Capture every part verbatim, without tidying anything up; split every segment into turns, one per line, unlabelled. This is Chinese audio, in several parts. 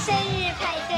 生日派对，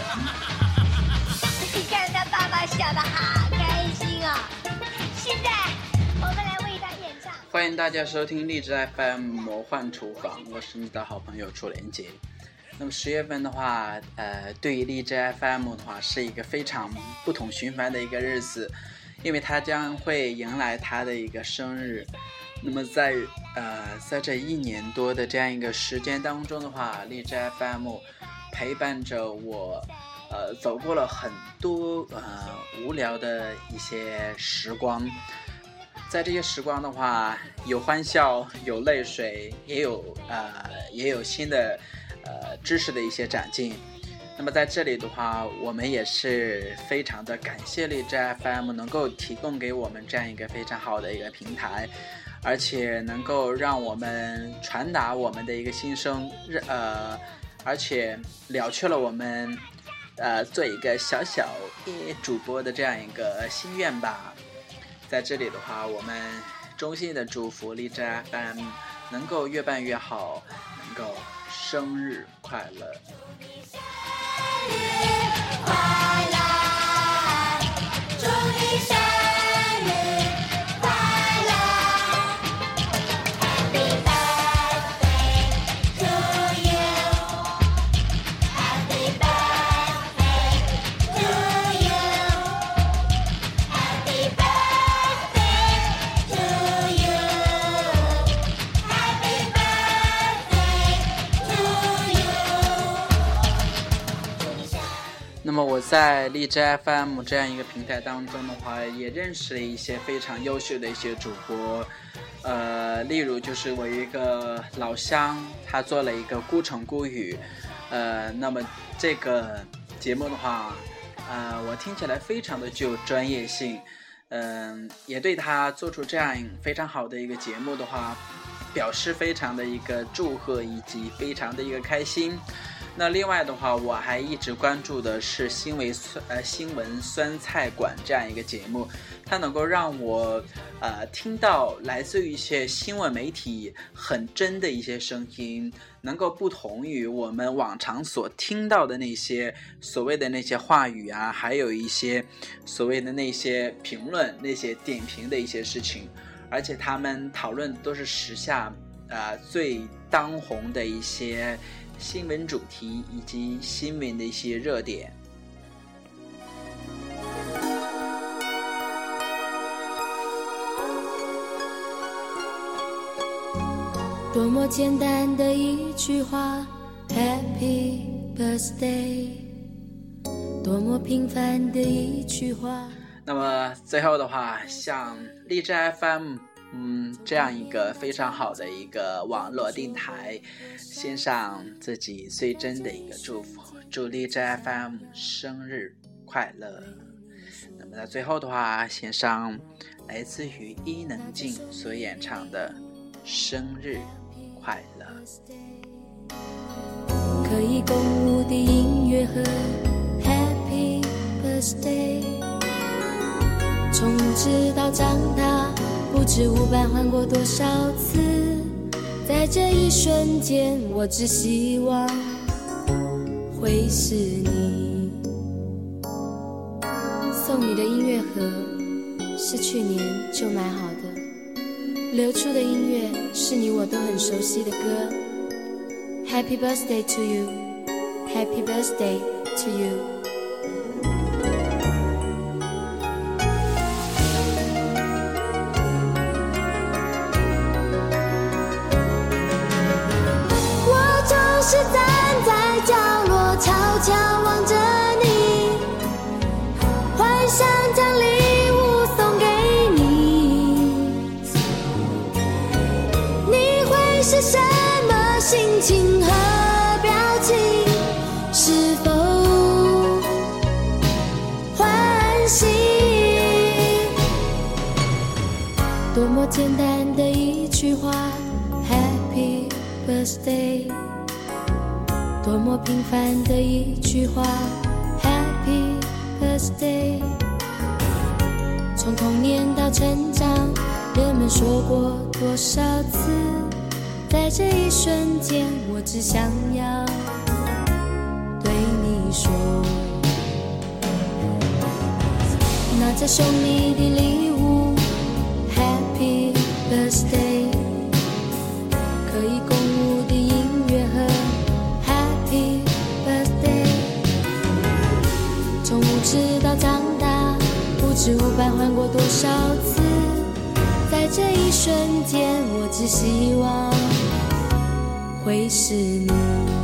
看他爸爸笑得好开心哦。现在我们来为他演唱。
欢迎大家收听荔枝 F M 魔幻厨房，我是你的好朋友楚连杰。那么十月份的话，呃，对于荔枝 F M 的话，是一个非常不同寻常的一个日子，因为它将会迎来它的一个生日。那么在呃，在这一年多的这样一个时间当中的话，荔枝 F M 陪伴着我，呃，走过了很多呃无聊的一些时光。在这些时光的话，有欢笑，有泪水，也有呃，也有新的呃知识的一些长进。那么在这里的话，我们也是非常的感谢荔枝 F M 能够提供给我们这样一个非常好的一个平台，而且能够让我们传达我们的一个心声，呃，而且了却了我们呃做一个小小主播的这样一个心愿吧。在这里的话，我们衷心的祝福荔枝 F M 能够越办越好，能够生日快乐。
生日快乐，祝你生日快乐 Happy birthday to you Happy birthday to you Happy birthday to you Happy birthday to you。
那么我在荔枝 F M 这样一个平台当中的话，也认识了一些非常优秀的一些主播，呃，例如就是我一个老乡，他做了一个孤城孤语，呃，那么这个节目的话，呃，我听起来非常的具有专业性，嗯、呃，也对他做出这样非常好的一个节目的话，表示非常的一个祝贺以及非常的一个开心。那另外的话，我还一直关注的是新闻呃新闻酸菜馆这样一个节目，它能够让我呃听到来自于一些新闻媒体很真的一些声音，能够不同于我们往常所听到的那些所谓的那些话语啊，还有一些所谓的那些评论、那些点评的一些事情，而且他们讨论都是时下呃最当红的一些新闻主题以及新闻的一些热点。
多么简单的一句话 Happy Birthday， 多么平凡的一句话。
那么最后的话，像荔枝 F M嗯，这样一个非常好的一个网络电台，献上自己最真的一个祝福，祝荔枝 F M 生日快乐。那么在最后的话，献上来自于伊能静所演唱的生日快乐。
可以共舞的音乐和 Happy Birthday， 从无知到长大，不知无伴换过多少次，在这一瞬间我只希望会是你。送你的音乐盒是去年就买好的，流出的音乐是你我都很熟悉的歌。 Happy birthday to you Happy birthday to you。是站在角落悄悄望着你，幻想将礼物送给你，你会是什么心情和表情？是否欢喜？多么简单的一句话 Happy Birthday，多么平凡的一句话 Happy Birthday。 从童年到成长，人们说过多少次，在这一瞬间我只想要拿着送你的礼物 Happy birthday， 可以共舞的音乐和 Happy birthday， 从无知到长大，不知无百换过多少次，在这一瞬间我只希望会是你。